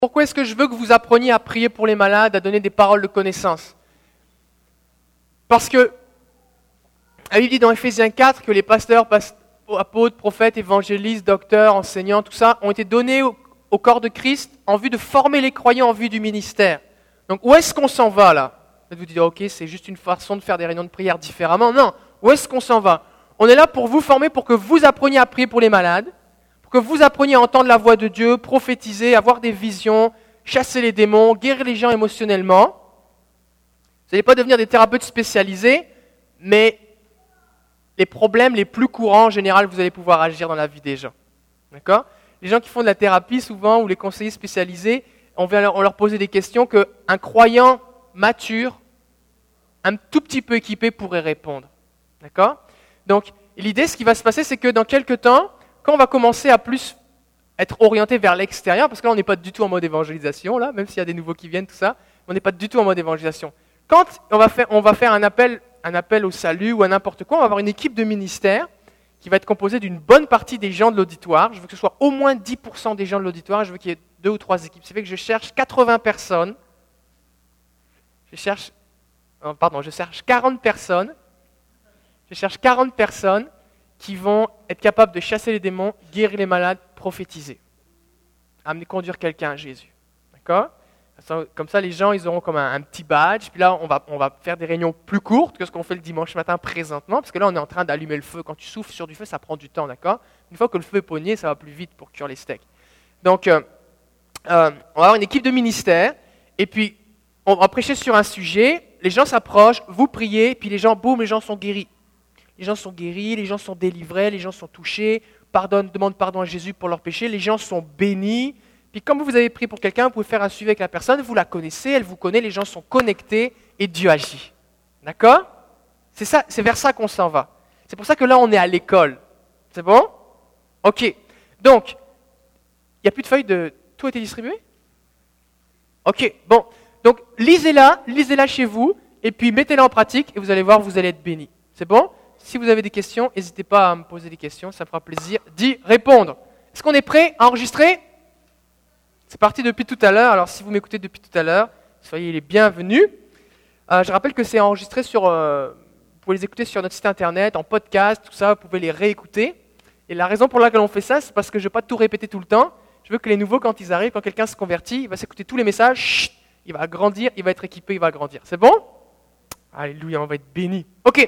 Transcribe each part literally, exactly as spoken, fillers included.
Pourquoi est-ce que je veux que vous appreniez à prier pour les malades, à donner des paroles de connaissance? Parce que la Bible dit dans Éphésiens quatre que les pasteurs, apôtres, prophètes, évangélistes, docteurs, enseignants, tout ça, ont été donnés au, au corps de Christ en vue de former les croyants en vue du ministère. Donc où est-ce qu'on s'en va là? Vous dites, ok, c'est juste une façon de faire des réunions de prière différemment. Non, où est-ce qu'on s'en va? On est là pour vous former, pour que vous appreniez à prier pour les malades, pour que vous appreniez à entendre la voix de Dieu, prophétiser, avoir des visions, chasser les démons, guérir les gens émotionnellement. Vous n'allez pas devenir des thérapeutes spécialisés, mais les problèmes les plus courants, en général, vous allez pouvoir agir dans la vie des gens. D'accord? Les gens qui font de la thérapie, souvent, ou les conseillers spécialisés, on va leur, on leur poser des questions qu'un croyant mature, un tout petit peu équipé, pourrait répondre. D'accord? Donc, l'idée, ce qui va se passer, c'est que dans quelques temps, quand on va commencer à plus être orienté vers l'extérieur, parce que là, on n'est pas du tout en mode évangélisation, là, même s'il y a des nouveaux qui viennent, tout ça, on n'est pas du tout en mode évangélisation. Quand on va faire, on va faire un appel, un appel au salut ou à n'importe quoi, on va avoir une équipe de ministère qui va être composée d'une bonne partie des gens de l'auditoire. Je veux que ce soit au moins dix pour cent des gens de l'auditoire, je veux qu'il y ait deux ou trois équipes. Ça fait que je cherche quatre-vingts personnes. Je cherche, oh, pardon, je cherche quarante personnes. Je cherche quarante personnes qui vont être capables de chasser les démons, guérir les malades, prophétiser. Amener, conduire quelqu'un à Jésus. D'accord? Comme ça, les gens, ils auront comme un, un petit badge. Puis là, on va, on va faire des réunions plus courtes que ce qu'on fait le dimanche matin présentement. Parce que là, on est en train d'allumer le feu. Quand tu souffles sur du feu, ça prend du temps, d'accord? Une fois que le feu est pogné, ça va plus vite pour cuire les steaks. Donc, euh, euh, on va avoir une équipe de ministère. Et puis, on va prêcher sur un sujet. Les gens s'approchent, vous priez. Puis les gens, boum, les gens sont guéris. Les gens sont guéris, les gens sont délivrés, les gens sont touchés, pardonnent, demandent pardon à Jésus pour leurs péchés, les gens sont bénis. Puis comme vous avez prié pour quelqu'un, vous pouvez faire un suivi avec la personne, vous la connaissez, elle vous connaît, les gens sont connectés et Dieu agit. D'accord? C'est ça, c'est vers ça qu'on s'en va. C'est pour ça que là, on est à l'école. C'est bon? Ok. Donc, il n'y a plus de feuilles de... Tout a été distribué? Ok, bon. Donc, lisez-la, lisez-la chez vous, et puis mettez-la en pratique, et vous allez voir, vous allez être bénis. C'est bon? Si vous avez des questions, n'hésitez pas à me poser des questions, ça me fera plaisir d'y répondre. Est-ce qu'on est prêt à enregistrer? C'est parti depuis tout à l'heure, alors si vous m'écoutez depuis tout à l'heure, soyez les bienvenus. Euh, je rappelle que c'est enregistré sur... Euh, vous pouvez les écouter sur notre site internet, en podcast, tout ça, vous pouvez les réécouter. Et la raison pour laquelle on fait ça, c'est parce que je ne veux pas tout répéter tout le temps. Je veux que les nouveaux, quand ils arrivent, quand quelqu'un se convertit, il va s'écouter tous les messages, chut, il va grandir, il va être équipé, il va grandir. C'est bon? Alléluia, on va être bénis. Ok.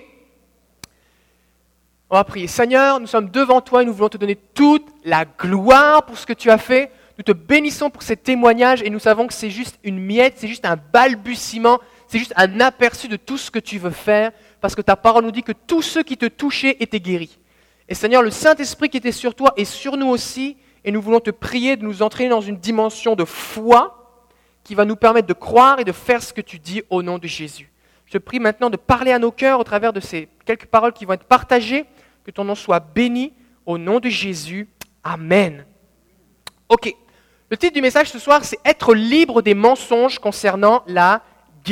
On va prier. Seigneur, nous sommes devant toi et nous voulons te donner toute la gloire pour ce que tu as fait. Nous te bénissons pour ces témoignages et nous savons que c'est juste une miette, c'est juste un balbutiement, c'est juste un aperçu de tout ce que tu veux faire parce que ta parole nous dit que tous ceux qui te touchaient étaient guéris. Et Seigneur, le Saint-Esprit qui était sur toi est sur nous aussi et nous voulons te prier de nous entraîner dans une dimension de foi qui va nous permettre de croire et de faire ce que tu dis au nom de Jésus. Je te prie maintenant de parler à nos cœurs au travers de ces quelques paroles qui vont être partagées. Que ton nom soit béni au nom de Jésus. Amen. Ok. Le titre du message ce soir, c'est « Être libre des mensonges concernant la guérison ».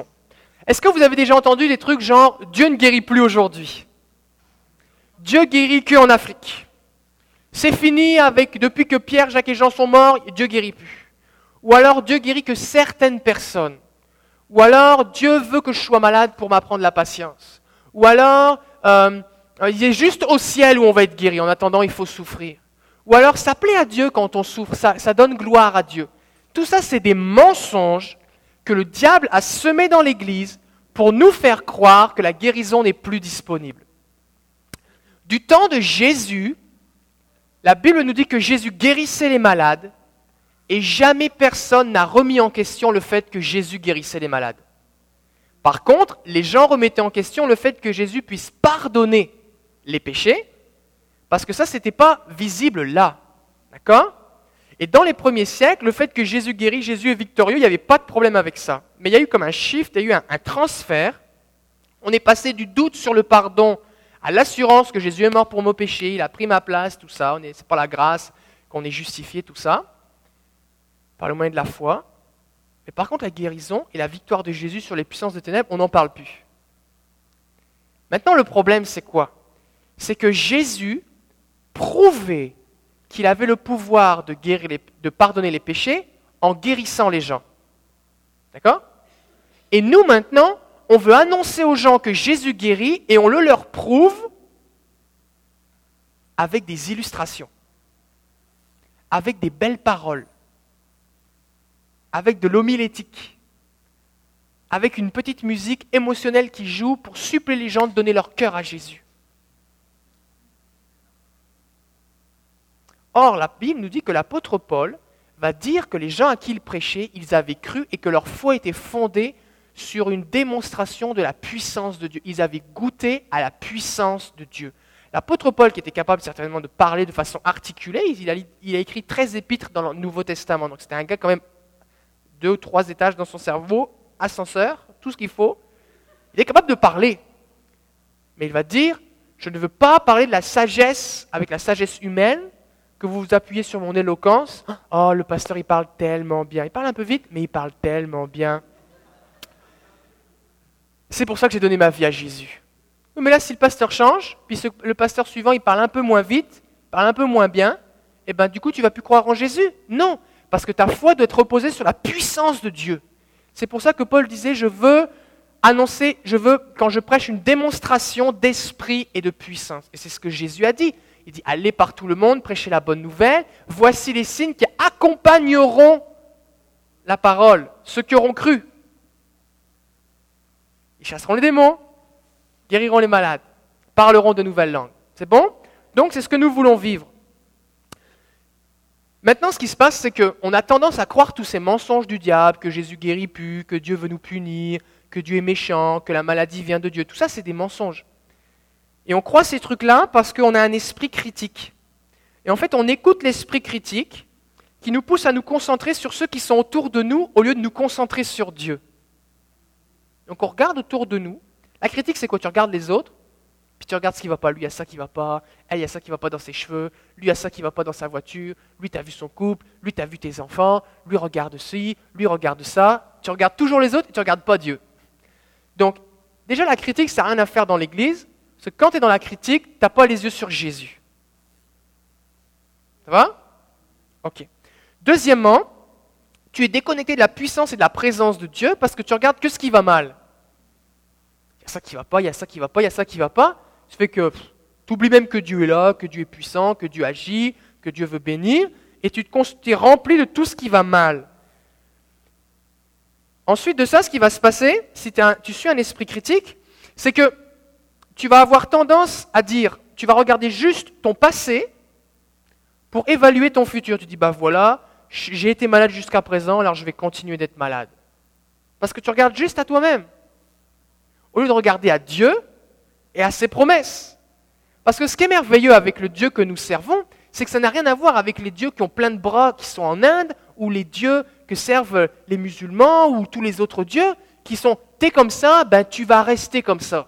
Est-ce que vous avez déjà entendu des trucs genre « Dieu ne guérit plus aujourd'hui ». Dieu guérit qu'en Afrique. C'est fini avec depuis que Pierre, Jacques et Jean sont morts, Dieu guérit plus. Ou alors Dieu guérit que certaines personnes. Ou alors Dieu veut que je sois malade pour m'apprendre la patience. Ou alors... Euh, Il est juste au ciel où on va être guéri. En attendant, il faut souffrir. Ou alors, ça plaît à Dieu quand on souffre. Ça, ça donne gloire à Dieu. Tout ça, c'est des mensonges que le diable a semés dans l'Église pour nous faire croire que la guérison n'est plus disponible. Du temps de Jésus, la Bible nous dit que Jésus guérissait les malades et jamais personne n'a remis en question le fait que Jésus guérissait les malades. Par contre, les gens remettaient en question le fait que Jésus puisse pardonner les péchés, parce que ça, ce n'était pas visible là. D'accord? Et dans les premiers siècles, le fait que Jésus guérit, Jésus est victorieux, il n'y avait pas de problème avec ça. Mais il y a eu comme un shift, il y a eu un, un transfert. On est passé du doute sur le pardon à l'assurance que Jésus est mort pour nos péchés, il a pris ma place, tout ça. Ce n'est pas la grâce qu'on est justifié, tout ça, par le moyen de la foi. Mais par contre, la guérison et la victoire de Jésus sur les puissances des ténèbres, on n'en parle plus. Maintenant, le problème, c'est quoi? C'est que Jésus prouvait qu'il avait le pouvoir de guérir, les, de pardonner les péchés en guérissant les gens. D'accord ? Et nous, maintenant, on veut annoncer aux gens que Jésus guérit et on le leur prouve avec des illustrations, avec des belles paroles, avec de l'homilétique, avec une petite musique émotionnelle qui joue pour suppléer les gens de donner leur cœur à Jésus. Or, la Bible nous dit que l'apôtre Paul va dire que les gens à qui il prêchait, ils avaient cru et que leur foi était fondée sur une démonstration de la puissance de Dieu. Ils avaient goûté à la puissance de Dieu. L'apôtre Paul, qui était capable certainement de parler de façon articulée, il a, il a écrit treize épîtres dans le Nouveau Testament. Donc c'était un gars quand même deux ou trois étages dans son cerveau, ascenseur, tout ce qu'il faut. Il est capable de parler. Mais il va dire, je ne veux pas parler de la sagesse avec la sagesse humaine, que vous vous appuyez sur mon éloquence. Oh, le pasteur, il parle tellement bien. Il parle un peu vite, mais il parle tellement bien. C'est pour ça que j'ai donné ma vie à Jésus. Mais là, si le pasteur change, puis ce, le pasteur suivant, il parle un peu moins vite, il parle un peu moins bien, et bien du coup, tu ne vas plus croire en Jésus. Non, parce que ta foi doit être reposée sur la puissance de Dieu. C'est pour ça que Paul disait, je veux annoncer, je veux, quand je prêche, une démonstration d'esprit et de puissance. Et c'est ce que Jésus a dit. Il dit, allez par tout le monde, prêchez la bonne nouvelle. Voici les signes qui accompagneront la parole, ceux qui auront cru. Ils chasseront les démons, guériront les malades, parleront de nouvelles langues. C'est bon ? Donc, c'est ce que nous voulons vivre. Maintenant, ce qui se passe, c'est qu'on a tendance à croire tous ces mensonges du diable, que Jésus guérit plus, que Dieu veut nous punir, que Dieu est méchant, que la maladie vient de Dieu. Tout ça, c'est des mensonges. Et on croit ces trucs-là parce qu'on a un esprit critique. Et en fait, on écoute l'esprit critique qui nous pousse à nous concentrer sur ceux qui sont autour de nous au lieu de nous concentrer sur Dieu. Donc on regarde autour de nous. La critique, c'est quoi ? Tu regardes les autres, puis tu regardes ce qui ne va pas. Lui, il y a ça qui ne va pas. Elle, il y a ça qui ne va pas dans ses cheveux. Lui, il y a ça qui ne va pas dans sa voiture. Lui, tu as vu son couple. Lui, tu as vu tes enfants. Lui, regarde ci. Lui, regarde ça. Tu regardes toujours les autres et tu ne regardes pas Dieu. Donc, déjà, la critique, ça n'a rien à faire dans l'Église. Parce que quand tu es dans la critique, tu n'as pas les yeux sur Jésus. Ça va ? Ok. Deuxièmement, tu es déconnecté de la puissance et de la présence de Dieu parce que tu regardes que ce qui va mal. Il y a ça qui ne va pas, il y a ça qui ne va pas, il y a ça qui ne va pas. Ça fait que tu oublies même que Dieu est là, que Dieu est puissant, que Dieu agit, que Dieu veut bénir, et tu te, es rempli de tout ce qui va mal. Ensuite de ça, ce qui va se passer, si un, tu suis un esprit critique, c'est que tu vas avoir tendance à dire, tu vas regarder juste ton passé pour évaluer ton futur. Tu dis, bah voilà, j'ai été malade jusqu'à présent, alors je vais continuer d'être malade. Parce que tu regardes juste à toi-même, au lieu de regarder à Dieu et à ses promesses. Parce que ce qui est merveilleux avec le Dieu que nous servons, c'est que ça n'a rien à voir avec les dieux qui ont plein de bras, qui sont en Inde, ou les dieux que servent les musulmans, ou tous les autres dieux, qui sont, t'es comme ça, ben tu vas rester comme ça.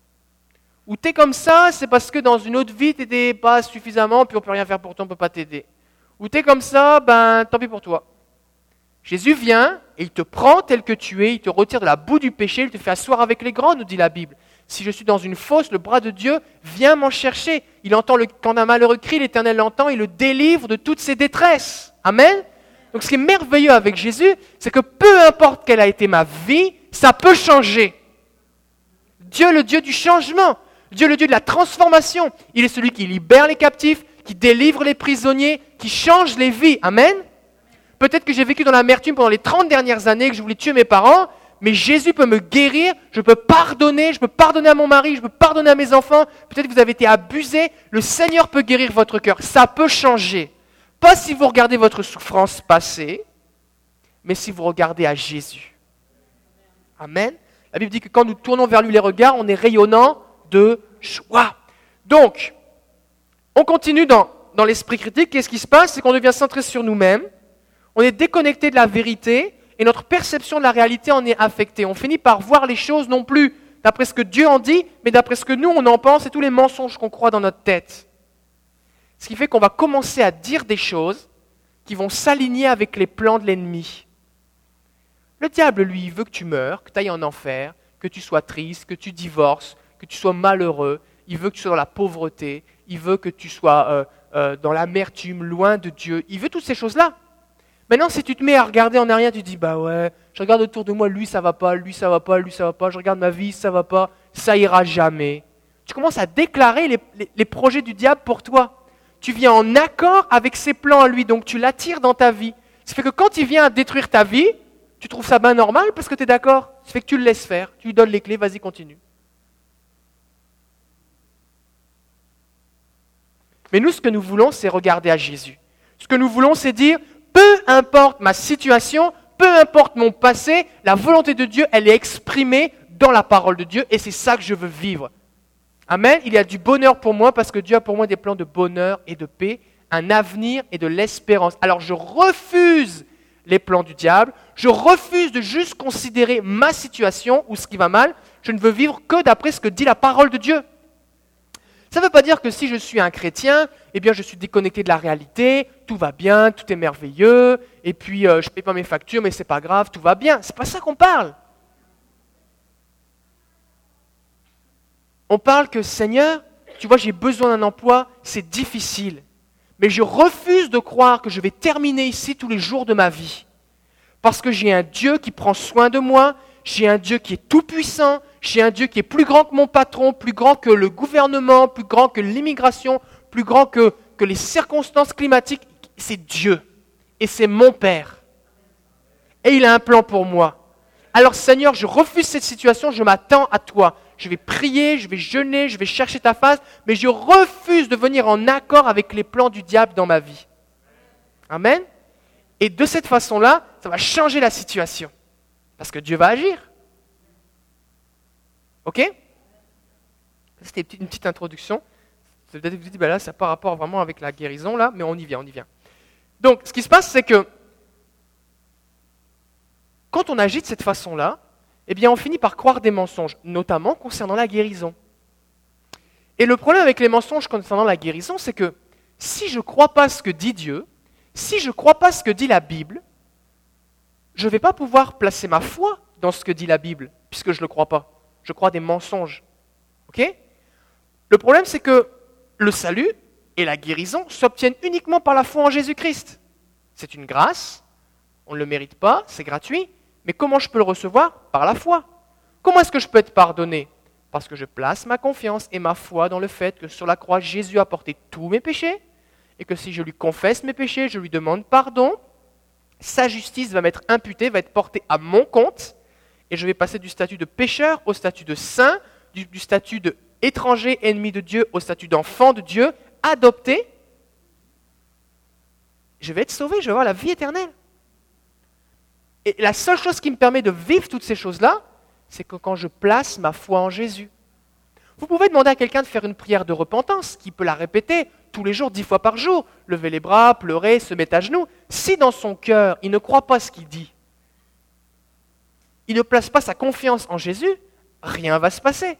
Ou t'es comme ça, c'est parce que dans une autre vie, t'étais pas suffisamment, puis on peut rien faire pour toi, on peut pas t'aider. Ou t'es comme ça, ben tant pis pour toi. Jésus vient et il te prend tel que tu es, il te retire de la boue du péché, il te fait asseoir avec les grands, nous dit la Bible. Si je suis dans une fosse, le bras de Dieu vient m'en chercher. Il entend le, quand un malheureux crie, l'Éternel l'entend, il le délivre de toutes ses détresses. Amen. Donc ce qui est merveilleux avec Jésus, c'est que peu importe quelle a été ma vie, ça peut changer. Dieu, le Dieu du changement. Dieu, le Dieu de la transformation. Il est celui qui libère les captifs, qui délivre les prisonniers, qui change les vies. Amen. Peut-être que j'ai vécu dans l'amertume pendant les trente dernières années, que je voulais tuer mes parents, mais Jésus peut me guérir, je peux pardonner, je peux pardonner à mon mari, je peux pardonner à mes enfants. Peut-être que vous avez été abusés, le Seigneur peut guérir votre cœur. Ça peut changer. Pas si vous regardez votre souffrance passée, mais si vous regardez à Jésus. Amen. La Bible dit que quand nous tournons vers lui les regards, on est rayonnant de joie. Donc, on continue dans, dans l'esprit critique. Qu'est-ce qui se passe? C'est qu'on devient centré sur nous-mêmes. On est déconnecté de la vérité et notre perception de la réalité en est affectée. On finit par voir les choses non plus d'après ce que Dieu en dit, mais d'après ce que nous, on en pense et tous les mensonges qu'on croit dans notre tête. Ce qui fait qu'on va commencer à dire des choses qui vont s'aligner avec les plans de l'ennemi. Le diable, lui, il veut que tu meurs, que tu ailles en enfer, que tu sois triste, que tu divorces, que tu sois malheureux. Il veut que tu sois dans la pauvreté. Il veut que tu sois euh, euh, dans l'amertume, loin de Dieu. Il veut toutes ces choses-là. Maintenant, si tu te mets à regarder en arrière, tu te dis, bah ouais, je regarde autour de moi, lui ça va pas, lui ça va pas, lui ça va pas, je regarde ma vie, ça va pas, ça ira jamais. Tu commences à déclarer les, les, les projets du diable pour toi. Tu viens en accord avec ses plans à lui, donc tu l'attires dans ta vie. Ça fait que quand il vient à détruire ta vie, tu trouves ça bien normal parce que tu es d'accord. Ça fait que tu le laisses faire, tu lui donnes les clés, vas-y, continue. Mais nous, ce que nous voulons, c'est regarder à Jésus. Ce que nous voulons, c'est dire, peu importe ma situation, peu importe mon passé, la volonté de Dieu, elle est exprimée dans la parole de Dieu et c'est ça que je veux vivre. Amen. Il y a du bonheur pour moi parce que Dieu a pour moi des plans de bonheur et de paix, un avenir et de l'espérance. Alors je refuse les plans du diable, je refuse de juste considérer ma situation ou ce qui va mal, je ne veux vivre que d'après ce que dit la parole de Dieu. Ça ne veut pas dire que si je suis un chrétien, eh bien je suis déconnecté de la réalité, tout va bien, tout est merveilleux, et puis euh, je ne paye pas mes factures, mais ce n'est pas grave, tout va bien. Ce n'est pas ça qu'on parle. On parle que Seigneur, tu vois, j'ai besoin d'un emploi, c'est difficile, mais je refuse de croire que je vais terminer ici tous les jours de ma vie, parce que j'ai un Dieu qui prend soin de moi, j'ai un Dieu qui est tout-puissant, j'ai un Dieu qui est plus grand que mon patron, plus grand que le gouvernement, plus grand que l'immigration, plus grand que, que les circonstances climatiques. C'est Dieu. Et c'est mon Père. Et il a un plan pour moi. Alors Seigneur, je refuse cette situation, je m'attends à toi. Je vais prier, je vais jeûner, je vais chercher ta face, mais je refuse de venir en accord avec les plans du diable dans ma vie. Amen. Et de cette façon-là, ça va changer la situation. Parce que Dieu va agir. Ok? C'était une petite introduction. Peut-être que vous dites, ben là, ça n'a pas rapport vraiment avec la guérison, là, mais on y vient, on y vient. Donc, ce qui se passe, c'est que quand on agit de cette façon-là, eh bien, on finit par croire des mensonges, notamment concernant la guérison. Et le problème avec les mensonges concernant la guérison, c'est que si je ne crois pas ce que dit Dieu, si je ne crois pas ce que dit la Bible, je ne vais pas pouvoir placer ma foi dans ce que dit la Bible, puisque je ne le crois pas. Je crois des mensonges. Ok ? Le problème, c'est que le salut et la guérison s'obtiennent uniquement par la foi en Jésus-Christ. C'est une grâce, on ne le mérite pas, c'est gratuit, mais comment je peux le recevoir ? Par la foi. Comment est-ce que je peux être pardonné ? Parce que je place ma confiance et ma foi dans le fait que sur la croix, Jésus a porté tous mes péchés, et que si je lui confesse mes péchés, je lui demande pardon, sa justice va m'être imputée, va être portée à mon compte, et je vais passer du statut de pécheur au statut de saint, du, du statut d'étranger, ennemi de Dieu, au statut d'enfant de Dieu, adopté. Je vais être sauvé, je vais avoir la vie éternelle. Et la seule chose qui me permet de vivre toutes ces choses-là, c'est que quand je place ma foi en Jésus. Vous pouvez demander à quelqu'un de faire une prière de repentance, qui peut la répéter tous les jours, dix fois par jour, lever les bras, pleurer, se mettre à genoux. Si dans son cœur, il ne croit pas ce qu'il dit, il ne place pas sa confiance en Jésus, rien ne va se passer.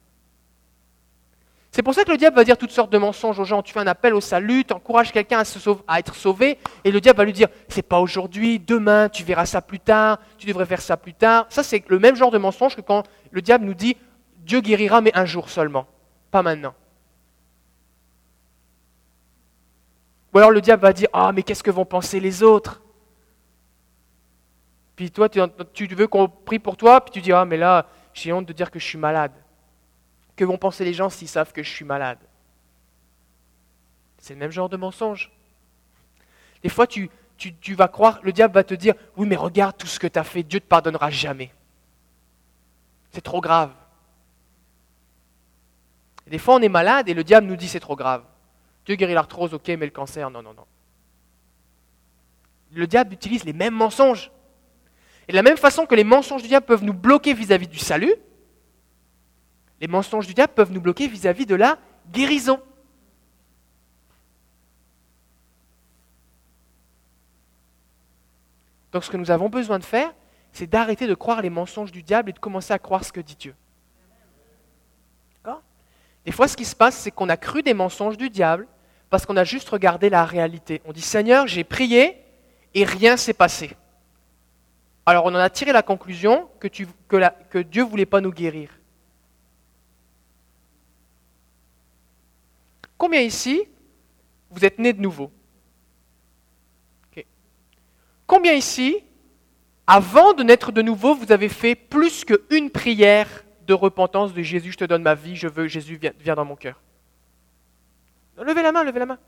C'est pour ça que le diable va dire toutes sortes de mensonges aux gens. Tu fais un appel au salut, tu encourages quelqu'un à, se sauver, à être sauvé, et le diable va lui dire, c'est pas aujourd'hui, demain, tu verras ça plus tard, tu devrais faire ça plus tard. Ça, c'est le même genre de mensonge que quand le diable nous dit, Dieu guérira, mais un jour seulement, pas maintenant. Ou alors le diable va dire, ah, mais qu'est-ce que vont penser les autres ? Puis toi, tu, tu veux qu'on prie pour toi, puis tu dis, ah, mais là, j'ai honte de dire que je suis malade. Que vont penser les gens s'ils savent que je suis malade ? C'est le même genre de mensonge. Des fois, tu, tu, tu vas croire, le diable va te dire, oui, mais regarde tout ce que tu as fait, Dieu ne te pardonnera jamais. C'est trop grave. Et des fois, on est malade et le diable nous dit, c'est trop grave. Dieu guérit l'arthrose, ok, mais le cancer, non, non, non. Le diable utilise les mêmes mensonges. Et de la même façon que les mensonges du diable peuvent nous bloquer vis-à-vis du salut, les mensonges du diable peuvent nous bloquer vis-à-vis de la guérison. Donc ce que nous avons besoin de faire, c'est d'arrêter de croire les mensonges du diable et de commencer à croire ce que dit Dieu. D'accord ? Des fois, ce qui se passe, c'est qu'on a cru des mensonges du diable parce qu'on a juste regardé la réalité. On dit, Seigneur, j'ai prié et rien ne s'est passé. Alors on en a tiré la conclusion que, tu, que, la, que Dieu ne voulait pas nous guérir. Combien ici, vous êtes nés de nouveau ? Okay. Combien ici, avant de naître de nouveau, vous avez fait plus qu'une prière de repentance de Jésus, je te donne ma vie, je veux, Jésus, viens, viens dans mon cœur. Levez la main, levez la main.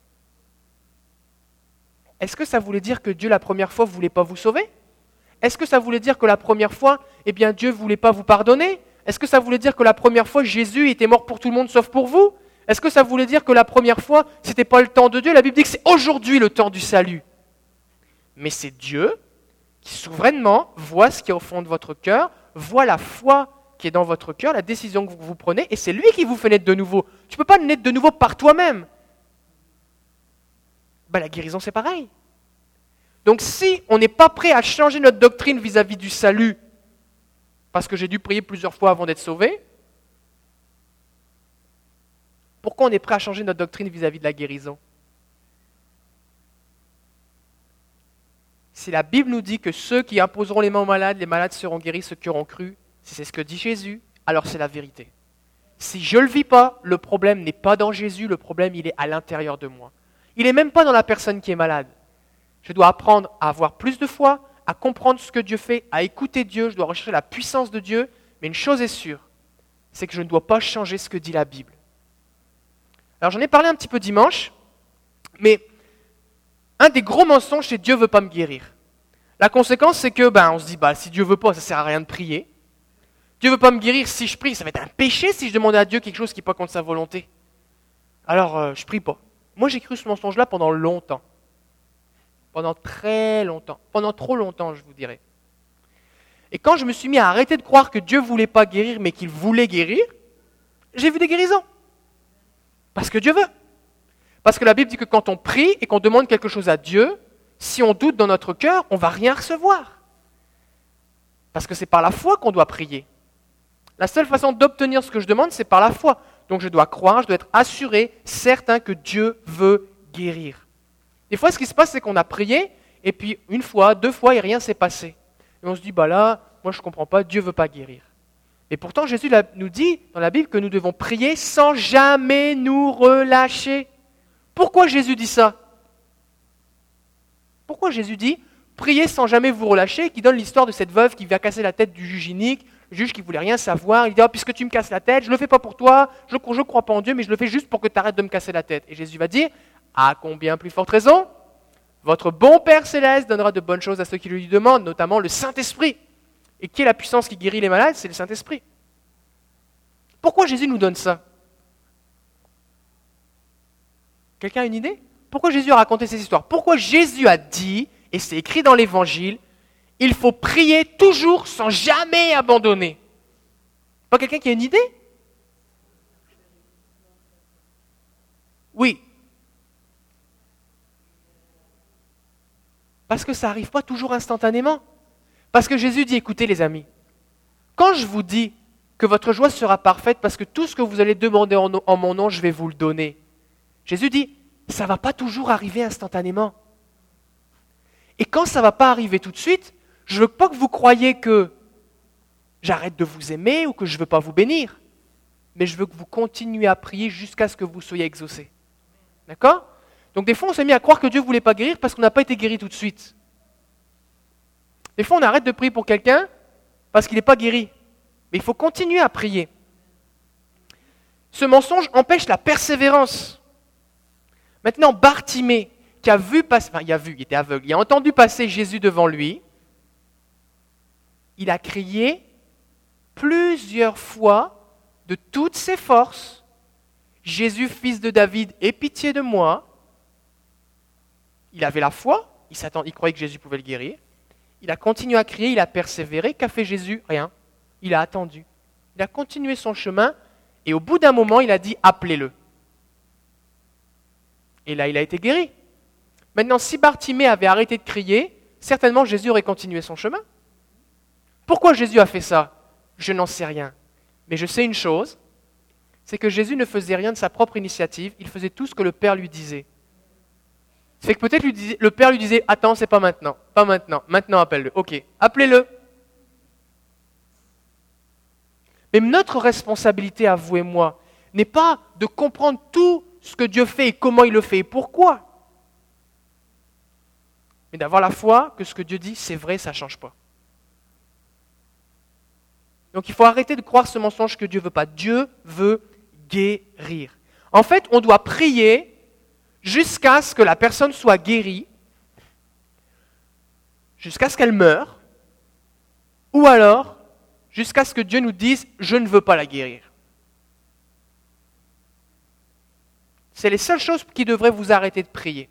Est-ce que ça voulait dire que Dieu, la première fois, ne voulait pas vous sauver? Est-ce que ça voulait dire que la première fois, eh bien, Dieu ne voulait pas vous pardonner? Est-ce que ça voulait dire que la première fois, Jésus était mort pour tout le monde sauf pour vous? Est-ce que ça voulait dire que la première fois, ce n'était pas le temps de Dieu? La Bible dit que c'est aujourd'hui le temps du salut. Mais c'est Dieu qui souverainement voit ce qui est au fond de votre cœur, voit la foi qui est dans votre cœur, la décision que vous, vous prenez, et c'est lui qui vous fait naître de nouveau. Tu ne peux pas naître de nouveau par toi-même. Ben, la guérison, c'est pareil. Donc si on n'est pas prêt à changer notre doctrine vis-à-vis du salut, parce que j'ai dû prier plusieurs fois avant d'être sauvé, pourquoi on est prêt à changer notre doctrine vis-à-vis de la guérison? Si la Bible nous dit que ceux qui imposeront les mains aux malades, les malades seront guéris, ceux qui auront cru, si c'est ce que dit Jésus, alors c'est la vérité. Si je ne le vis pas, le problème n'est pas dans Jésus, le problème il est à l'intérieur de moi. Il n'est même pas dans la personne qui est malade. Je dois apprendre à avoir plus de foi, à comprendre ce que Dieu fait, à écouter Dieu, je dois rechercher la puissance de Dieu, mais une chose est sûre, c'est que je ne dois pas changer ce que dit la Bible. Alors j'en ai parlé un petit peu dimanche, mais un des gros mensonges, c'est Dieu ne veut pas me guérir. La conséquence, c'est que ben, on se dit, bah, si Dieu ne veut pas, ça ne sert à rien de prier. Dieu ne veut pas me guérir, si je prie, ça va être un péché si je demandais à Dieu quelque chose qui n'est pas contre sa volonté. Alors, euh, je ne prie pas. Moi, j'ai cru ce mensonge-là pendant longtemps. Pendant très longtemps. Pendant trop longtemps, je vous dirais. Et quand je me suis mis à arrêter de croire que Dieu ne voulait pas guérir, mais qu'il voulait guérir, j'ai vu des guérisons. Parce que Dieu veut. Parce que la Bible dit que quand on prie et qu'on demande quelque chose à Dieu, si on doute dans notre cœur, on ne va rien recevoir. Parce que c'est par la foi qu'on doit prier. La seule façon d'obtenir ce que je demande, c'est par la foi. Donc je dois croire, je dois être assuré, certain que Dieu veut guérir. Des fois, ce qui se passe, c'est qu'on a prié, et puis une fois, deux fois, et rien ne s'est passé. Et on se dit, bah là, moi je ne comprends pas, Dieu ne veut pas guérir. Et pourtant, Jésus nous dit dans la Bible que nous devons prier sans jamais nous relâcher. Pourquoi Jésus dit ça? Pourquoi Jésus dit « Priez sans jamais vous relâcher » qui donne l'histoire de cette veuve qui vient casser la tête du juge inique, le juge qui ne voulait rien savoir, il dit oh, « Puisque tu me casses la tête, je ne le fais pas pour toi, je ne crois pas en Dieu, mais je le fais juste pour que tu arrêtes de me casser la tête. » Et Jésus va dire « À combien plus forte raison? Votre bon Père Céleste donnera de bonnes choses à ceux qui lui demandent, notamment le Saint-Esprit. » Et qui est la puissance qui guérit les malades? C'est le Saint-Esprit. Pourquoi Jésus nous donne ça? Quelqu'un a une idée? Pourquoi Jésus a raconté ces histoires? Pourquoi Jésus a dit, et c'est écrit dans l'Évangile, il faut prier toujours sans jamais abandonner? Pas quelqu'un qui a une idée? Oui. Parce que ça n'arrive pas toujours instantanément. Parce que Jésus dit, écoutez les amis, quand je vous dis que votre joie sera parfaite parce que tout ce que vous allez demander en, en mon nom, je vais vous le donner. Jésus dit, ça ne va pas toujours arriver instantanément. Et quand ça ne va pas arriver tout de suite, je ne veux pas que vous croyiez que j'arrête de vous aimer ou que je ne veux pas vous bénir, mais je veux que vous continuiez à prier jusqu'à ce que vous soyez exaucés. D'accord? Donc des fois, on s'est mis à croire que Dieu ne voulait pas guérir parce qu'on n'a pas été guéri tout de suite. Des fois, on arrête de prier pour quelqu'un parce qu'il n'est pas guéri. Mais il faut continuer à prier. Ce mensonge empêche la persévérance. Maintenant, Bartimée, qui a vu passer, enfin, il a vu, il était aveugle, il a entendu passer Jésus devant lui, il a crié plusieurs fois de toutes ses forces, « Jésus, fils de David, aie pitié de moi ». Il avait la foi, il, il croyait que Jésus pouvait le guérir. Il a continué à crier, il a persévéré. Qu'a fait Jésus? Rien. Il a attendu. Il a continué son chemin et au bout d'un moment, il a dit « appelez-le ». Et là, il a été guéri. Maintenant, si Bartimée avait arrêté de crier, certainement Jésus aurait continué son chemin. Pourquoi Jésus a fait ça? Je n'en sais rien. Mais je sais une chose, c'est que Jésus ne faisait rien de sa propre initiative, il faisait tout ce que le Père lui disait. C'est que peut-être lui disait, le Père lui disait « Attends, c'est pas maintenant, pas maintenant, maintenant appelle-le. Ok, appelez-le. » Mais notre responsabilité à vous et moi n'est pas de comprendre tout ce que Dieu fait et comment il le fait et pourquoi. mais d'avoir la foi que ce que Dieu dit, c'est vrai, ça ne change pas. Donc il faut arrêter de croire ce mensonge que Dieu ne veut pas. Dieu veut guérir. En fait, on doit prier jusqu'à ce que la personne soit guérie, jusqu'à ce qu'elle meure, ou alors jusqu'à ce que Dieu nous dise « je ne veux pas la guérir ». C'est les seules choses qui devraient vous arrêter de prier.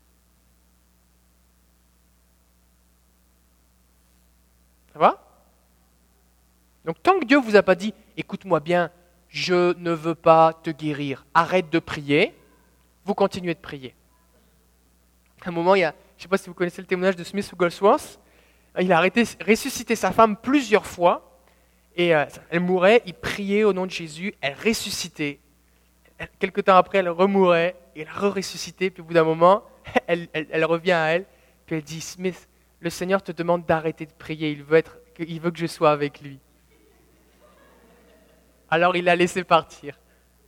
Ça va ? Donc tant que Dieu ne vous a pas dit « écoute-moi bien, je ne veux pas te guérir, arrête de prier », vous continuez de prier. À un moment, il y a, je ne sais pas si vous connaissez le témoignage de Smith Wigglesworth, il a arrêté, ressuscité sa femme plusieurs fois, et euh, elle mourait, il priait au nom de Jésus, elle ressuscitait. Quelque temps après, elle remourait, et elle re-ressuscitait, puis au bout d'un moment, elle, elle, elle revient à elle, puis elle dit « Smith, le Seigneur te demande d'arrêter de prier, il veut, être, il veut que je sois avec lui. » Alors il l'a laissé partir.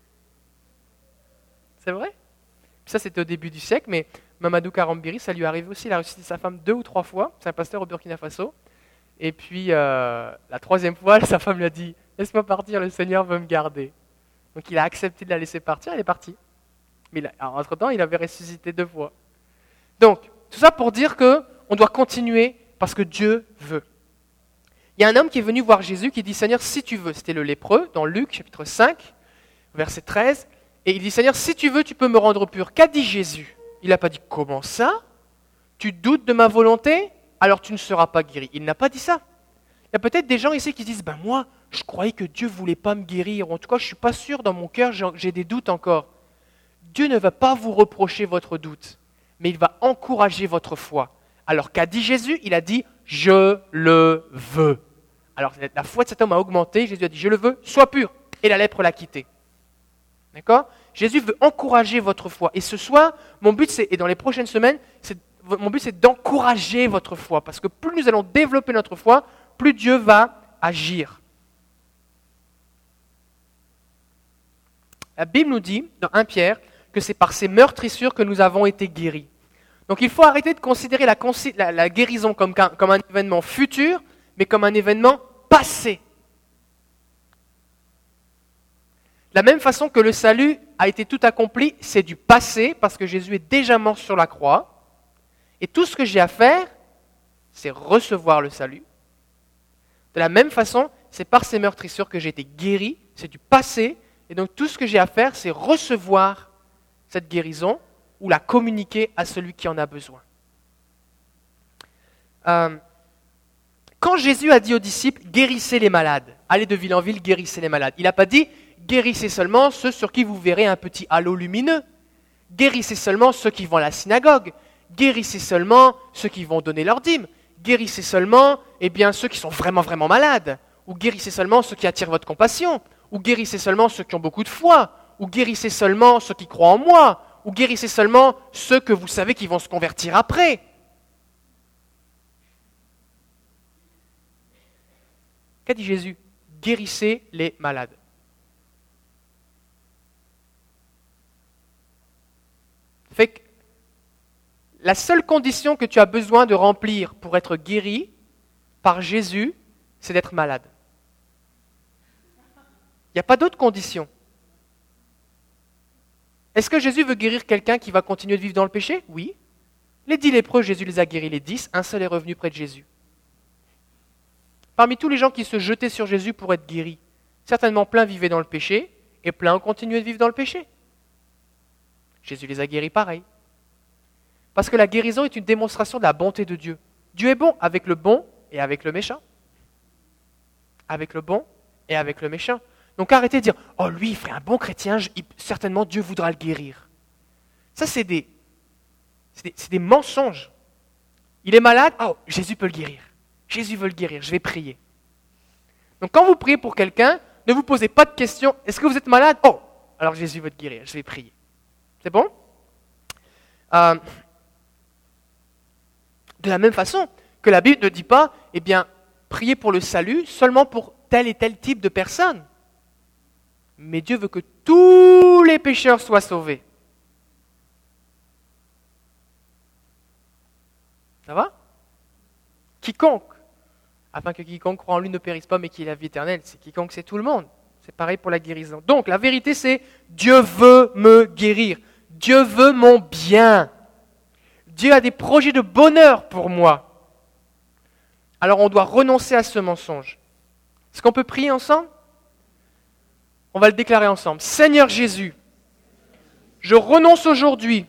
C'est vrai ? Ça, c'était au début du siècle, mais Mamadou Karambiri, ça lui est arrivé aussi. Il a ressuscité sa femme deux ou trois fois. C'est un pasteur au Burkina Faso. Et puis, euh, la troisième fois, sa femme lui a dit « Laisse-moi partir, le Seigneur veut me garder. » Donc il a accepté de la laisser partir, elle est partie. Mais il a, entre-temps, il avait ressuscité deux fois. Donc, tout ça pour dire qu'on doit continuer parce que Dieu veut. Il y a un homme qui est venu voir Jésus qui dit « Seigneur, si tu veux », c'était le lépreux, dans Luc, chapitre cinq, verset treize, et il dit « Seigneur, si tu veux, tu peux me rendre pur. » Qu'a dit Jésus ? Il n'a pas dit « Comment ça ? Tu doutes de ma volonté ? Alors tu ne seras pas guéri. » Il n'a pas dit ça. Il y a peut-être des gens ici qui disent « Ben moi, je croyais que Dieu ne voulait pas me guérir. En tout cas, je ne suis pas sûr, dans mon cœur, j'ai des doutes encore. » Dieu ne va pas vous reprocher votre doute, mais il va encourager votre foi. Alors qu'a dit Jésus ? Il a dit « Je le veux ». Alors la foi de cet homme a augmenté, Jésus a dit « Je le veux, sois pur ». Et la lèpre l'a quitté. D'accord ? Jésus veut encourager votre foi. Et ce soir, mon but, c'est, et dans les prochaines semaines, c'est, mon but, c'est d'encourager votre foi. Parce que plus nous allons développer notre foi, plus Dieu va agir. La Bible nous dit, dans un Pierre, que c'est par ces meurtrissures que nous avons été guéris. Donc il faut arrêter de considérer la, la, la guérison comme, comme un événement futur, mais comme un événement passé. De la même façon que le salut a été tout accompli, c'est du passé, parce que Jésus est déjà mort sur la croix. Et tout ce que j'ai à faire, c'est recevoir le salut. De la même façon, c'est par ces meurtrissures que j'ai été guéri, c'est du passé. Et donc tout ce que j'ai à faire, c'est recevoir cette guérison ou la communiquer à celui qui en a besoin. Euh, quand Jésus a dit aux disciples « guérissez les malades », allez de ville en ville, guérissez les malades, il n'a pas dit « guérissez seulement ceux sur qui vous verrez un petit halo lumineux », guérissez seulement ceux qui vont à la synagogue, guérissez seulement ceux qui vont donner leur dîme, guérissez seulement eh bien, ceux qui sont vraiment vraiment malades, ou guérissez seulement ceux qui attirent votre compassion, ou guérissez seulement ceux qui ont beaucoup de foi, ou guérissez seulement ceux qui croient en moi, ou guérissez seulement ceux que vous savez qui vont se convertir après. Qu'a dit Jésus ? Guérissez les malades. Fait que la seule condition que tu as besoin de remplir pour être guéri par Jésus, c'est d'être malade. Il n'y a pas d'autre condition. Est-ce que Jésus veut guérir quelqu'un qui va continuer de vivre dans le péché ? Oui. Les dix lépreux, Jésus les a guéris, les dix, un seul est revenu près de Jésus. Parmi tous les gens qui se jetaient sur Jésus pour être guéris, certainement plein vivaient dans le péché et plein ont continué de vivre dans le péché. Jésus les a guéris pareil. Parce que la guérison est une démonstration de la bonté de Dieu. Dieu est bon avec le bon et avec le méchant. Avec le bon et avec le méchant. Donc arrêtez de dire « Oh, lui, il ferait un bon chrétien, je, il, certainement Dieu voudra le guérir. » Ça, c'est des, c'est, des, c'est des mensonges. Il est malade, oh, Jésus peut le guérir. Jésus veut le guérir, je vais prier. Donc quand vous priez pour quelqu'un, ne vous posez pas de questions. Est-ce que vous êtes malade ? Oh, alors Jésus veut te guérir, je vais prier. C'est bon ? euh, De la même façon que la Bible ne dit pas, eh bien, priez pour le salut seulement pour tel et tel type de personne. Mais Dieu veut que tous les pécheurs soient sauvés. Ça va? Quiconque, afin que quiconque croit en lui ne périsse pas, mais qu'il ait la vie éternelle. C'est quiconque, c'est tout le monde. C'est pareil pour la guérison. Donc, la vérité, c'est Dieu veut me guérir. Dieu veut mon bien. Dieu a des projets de bonheur pour moi. Alors, on doit renoncer à ce mensonge. Est-ce qu'on peut prier ensemble? On va le déclarer ensemble. Seigneur Jésus, je renonce aujourd'hui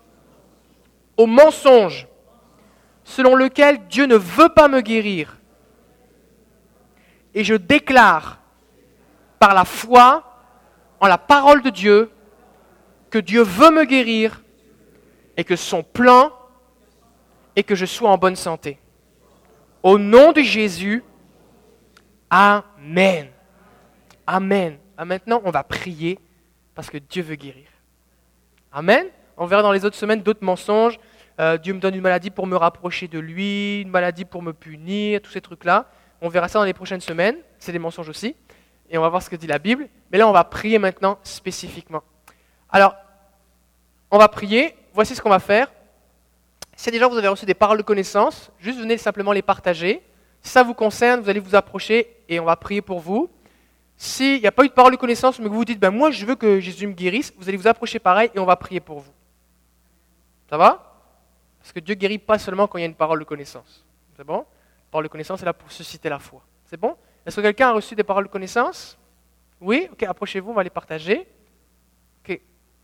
au mensonge selon lequel Dieu ne veut pas me guérir. Et je déclare par la foi en la parole de Dieu que Dieu veut me guérir et que son plan est que je sois en bonne santé. Au nom de Jésus, Amen. Amen. Ah, maintenant, on va prier parce que Dieu veut guérir. Amen. On verra dans les autres semaines d'autres mensonges. Euh, Dieu me donne une maladie pour me rapprocher de lui, une maladie pour me punir, tous ces trucs-là. On verra ça dans les prochaines semaines. C'est des mensonges aussi. Et on va voir ce que dit la Bible. Mais là, on va prier maintenant spécifiquement. Alors, on va prier. Voici ce qu'on va faire. Si déjà vous avez reçu des paroles de connaissance, juste venez simplement les partager. Si ça vous concerne, vous allez vous approcher et on va prier pour vous. S'il n'y a pas eu de parole de connaissance, mais que vous vous dites, ben moi je veux que Jésus me guérisse, vous allez vous approcher pareil et on va prier pour vous. Ça va? Parce que Dieu ne guérit pas seulement quand il y a une parole de connaissance. C'est bon? La parole de connaissance est là pour susciter la foi. C'est bon? Est-ce que quelqu'un a reçu des paroles de connaissance? Oui? Ok, approchez-vous, on va les partager. Ok.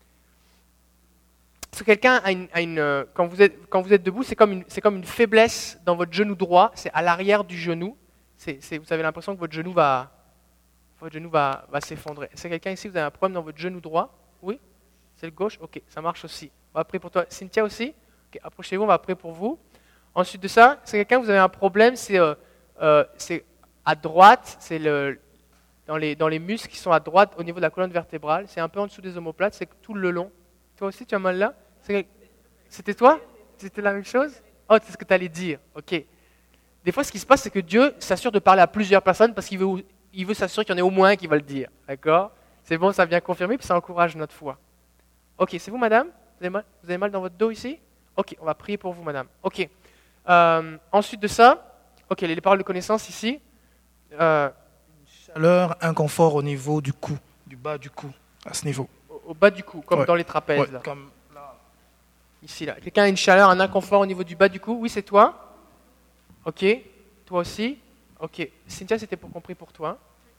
Est-ce que quelqu'un a une... A une quand, vous êtes, quand vous êtes debout, c'est comme, une, c'est comme une faiblesse dans votre genou droit, c'est à l'arrière du genou. C'est, c'est, vous avez l'impression que votre genou va... Votre genou va, va s'effondrer. Est-ce que quelqu'un ici, vous avez un problème dans votre genou droit? Oui? C'est le gauche? Ok, ça marche aussi. On va prier pour toi. Cynthia aussi? Ok, approchez-vous, on va prier pour vous. Ensuite de ça, c'est quelqu'un, vous avez un problème, c'est, euh, euh, c'est à droite, c'est le, dans, les, dans les muscles qui sont à droite au niveau de la colonne vertébrale, c'est un peu en dessous des omoplates, c'est tout le long. Toi aussi, tu as mal là? C'est, c'était toi? C'était la même chose? Oh, c'est ce que tu allais dire. Ok. Des fois, ce qui se passe, c'est que Dieu s'assure de parler à plusieurs personnes parce qu'il veut... Il veut s'assurer qu'il y en ait au moins un qui va le dire. D'accord? C'est bon, ça vient confirmer, puis ça encourage notre foi. Ok, c'est vous, madame? Vous avez mal, vous avez mal dans votre dos ici? Ok, on va prier pour vous, madame. Ok. Euh, ensuite de ça, ok, les, les paroles de connaissance ici. Euh, Chaleur, inconfort au niveau du cou, du bas du cou, à ce niveau. Au, au bas du cou, comme Ouais. dans les trapèzes. Ouais, Là. comme là. Ici, là. Quelqu'un a une chaleur, un inconfort au niveau du bas du cou? Oui, c'est toi? Ok. Toi aussi? Ok. Cynthia, c'était pour compris pour toi.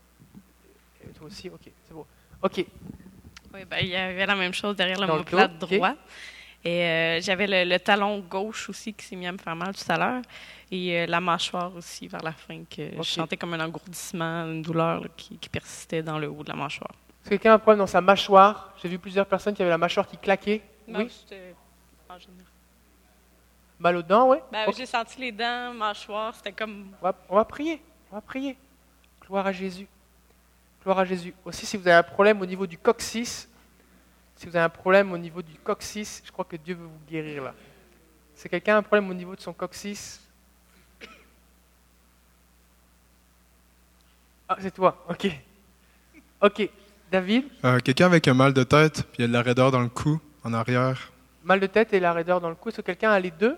Et toi aussi? Ok, c'est bon. Ok. Oui, ben, il y avait la même chose derrière Dans le l'omoplate dos, droit. ok. Et euh, j'avais le, le talon gauche aussi qui s'est mis à me faire mal tout à l'heure. Et euh, la mâchoire aussi vers la fin, que Ok. je sentais comme un engourdissement, une douleur là, qui, qui persistait dans le haut de la mâchoire. Est-ce que quelqu'un a un problème dans sa mâchoire? J'ai vu plusieurs personnes qui avaient la mâchoire qui claquait. Non, Oui? c'était en général. Mal aux dents, oui? Ben, Ok. J'ai senti les dents, mâchoire, c'était comme... On va, on va prier. On va prier. Gloire à Jésus. Gloire à Jésus. Aussi, si vous avez un problème au niveau du coccyx, si vous avez un problème au niveau du coccyx, je crois que Dieu veut vous guérir là. Si quelqu'un a un problème au niveau de son coccyx... Ah, c'est toi. Ok. Ok. David, Euh, quelqu'un avec un mal de tête, puis il y a de la raideur dans le cou, en arrière. mal de tête et la raideur dans le cou. Est-ce que quelqu'un a les deux?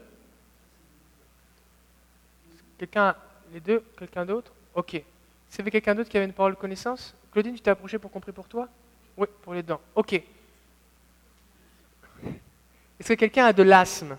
Quelqu'un a les deux? Quelqu'un d'autre? Ok. Est-ce qu'il y avait quelqu'un d'autre qui avait une parole de connaissance? Claudine, tu t'es approchée pour compris pour toi? Oui, pour les dents. Ok. Est-ce que quelqu'un a de l'asthme?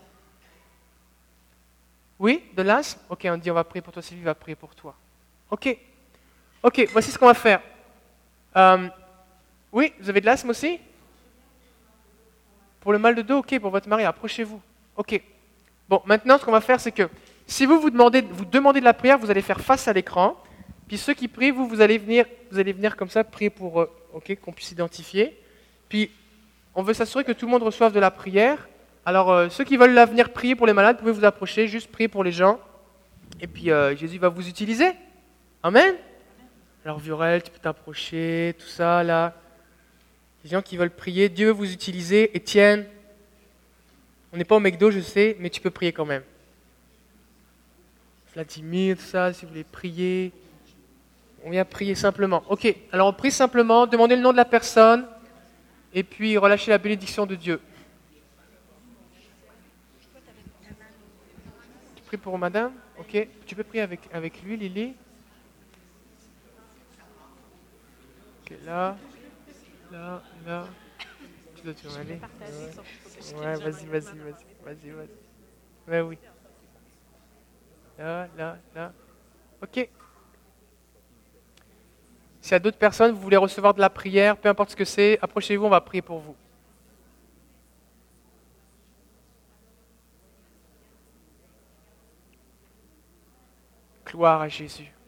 Oui, de l'asthme? Ok, on dit on va prier pour toi, Sylvie va prier pour toi. Ok. Ok, voici ce qu'on va faire. Euh, oui, vous avez de l'asthme aussi? Pour le mal de dos, ok, pour votre mari, approchez-vous. Ok. Bon, maintenant, ce qu'on va faire, c'est que si vous vous demandez, vous demandez de la prière, vous allez faire face à l'écran. Puis ceux qui prient, vous, vous allez venir, vous allez venir comme ça, prier pour eux, ok, qu'on puisse identifier. Puis, on veut s'assurer que tout le monde reçoive de la prière. Alors, euh, ceux qui veulent la venir prier pour les malades, vous pouvez vous approcher, juste prier pour les gens. Et puis, euh, Jésus va vous utiliser. Amen. Alors, Viorel, tu peux t'approcher, tout ça, là. Les gens qui veulent prier, Dieu veut vous utiliser. Étienne, on n'est pas au McDo, je sais, mais tu peux prier quand même. Vladimir, tout ça, si vous voulez prier. On vient prier simplement. Ok, alors on prie simplement, demandez le nom de la personne, et puis relâchez la bénédiction de Dieu. prie pour madame? Ok. Tu peux prier avec, avec lui, Lily? Ok, là, là, là. Tu dois te aller. Ouais, vas-y, vas-y, vas-y, vas-y, vas-y. Ouais, oui. Là, là, là. Ok. S'il y a d'autres personnes, vous voulez recevoir de la prière, peu importe ce que c'est, approchez-vous, on va prier pour vous. Gloire à Jésus.